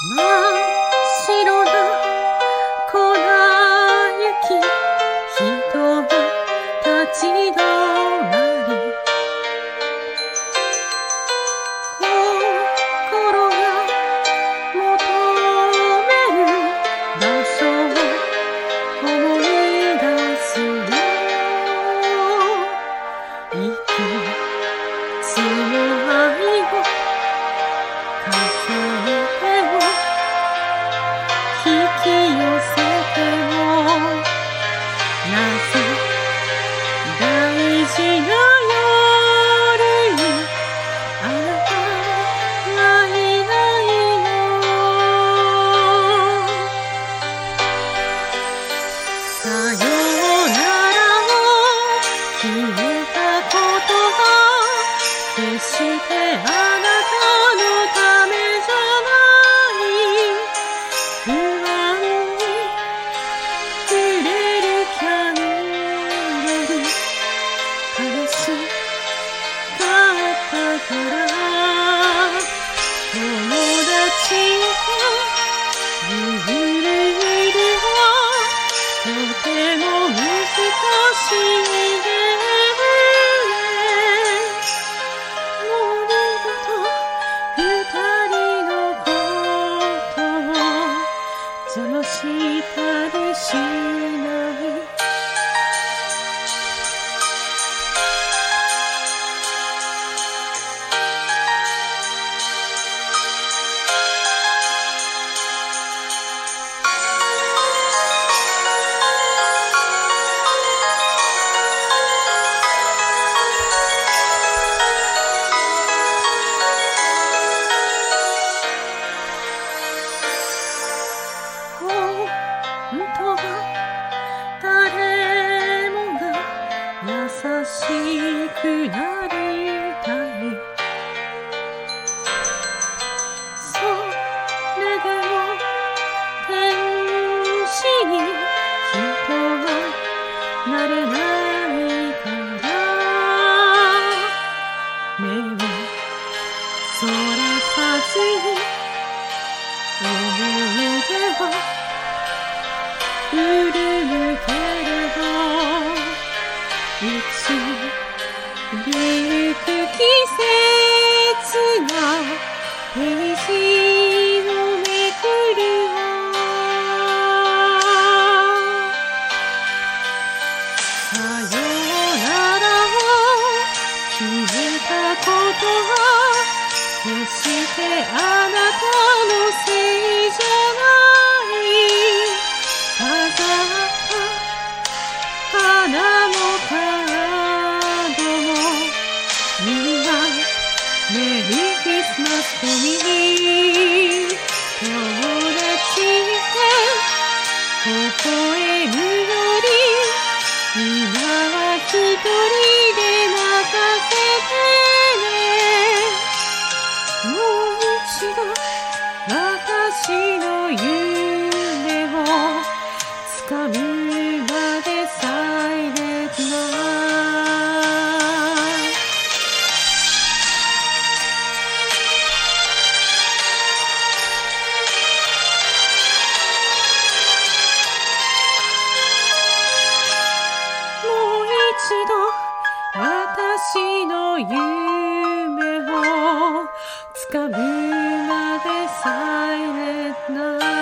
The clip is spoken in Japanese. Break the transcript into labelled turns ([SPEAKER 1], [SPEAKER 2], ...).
[SPEAKER 1] 真っ白な粉雪、人が立ち止まり、心が求める場所を思い出すよ。いくつの愛を重ねても引き寄せても、なぜ大事な夜にあなたがいないの。さようならを決めたことが決してあなたのためじゃない。不安に触れるキャンドル、悲しかったから。友達とルールはとても難しいゲームね。もう二度と二人のことを邪魔したりしない。本当は誰もが優しくなりたい。それでも天使に人はなれないから、目をそらさずに思い出は潤うけれど、いつゆく季節がページをめくるわ。さようならを決めたことは決してあなたのせいじゃない。飾った花もカードもみんなメリークリスマスとミー友達って微笑むより今は一人で泣かせてね。もう一度私の夢を掴むまでサイレントな。もう一度私の夢を掴むまでサイレントな。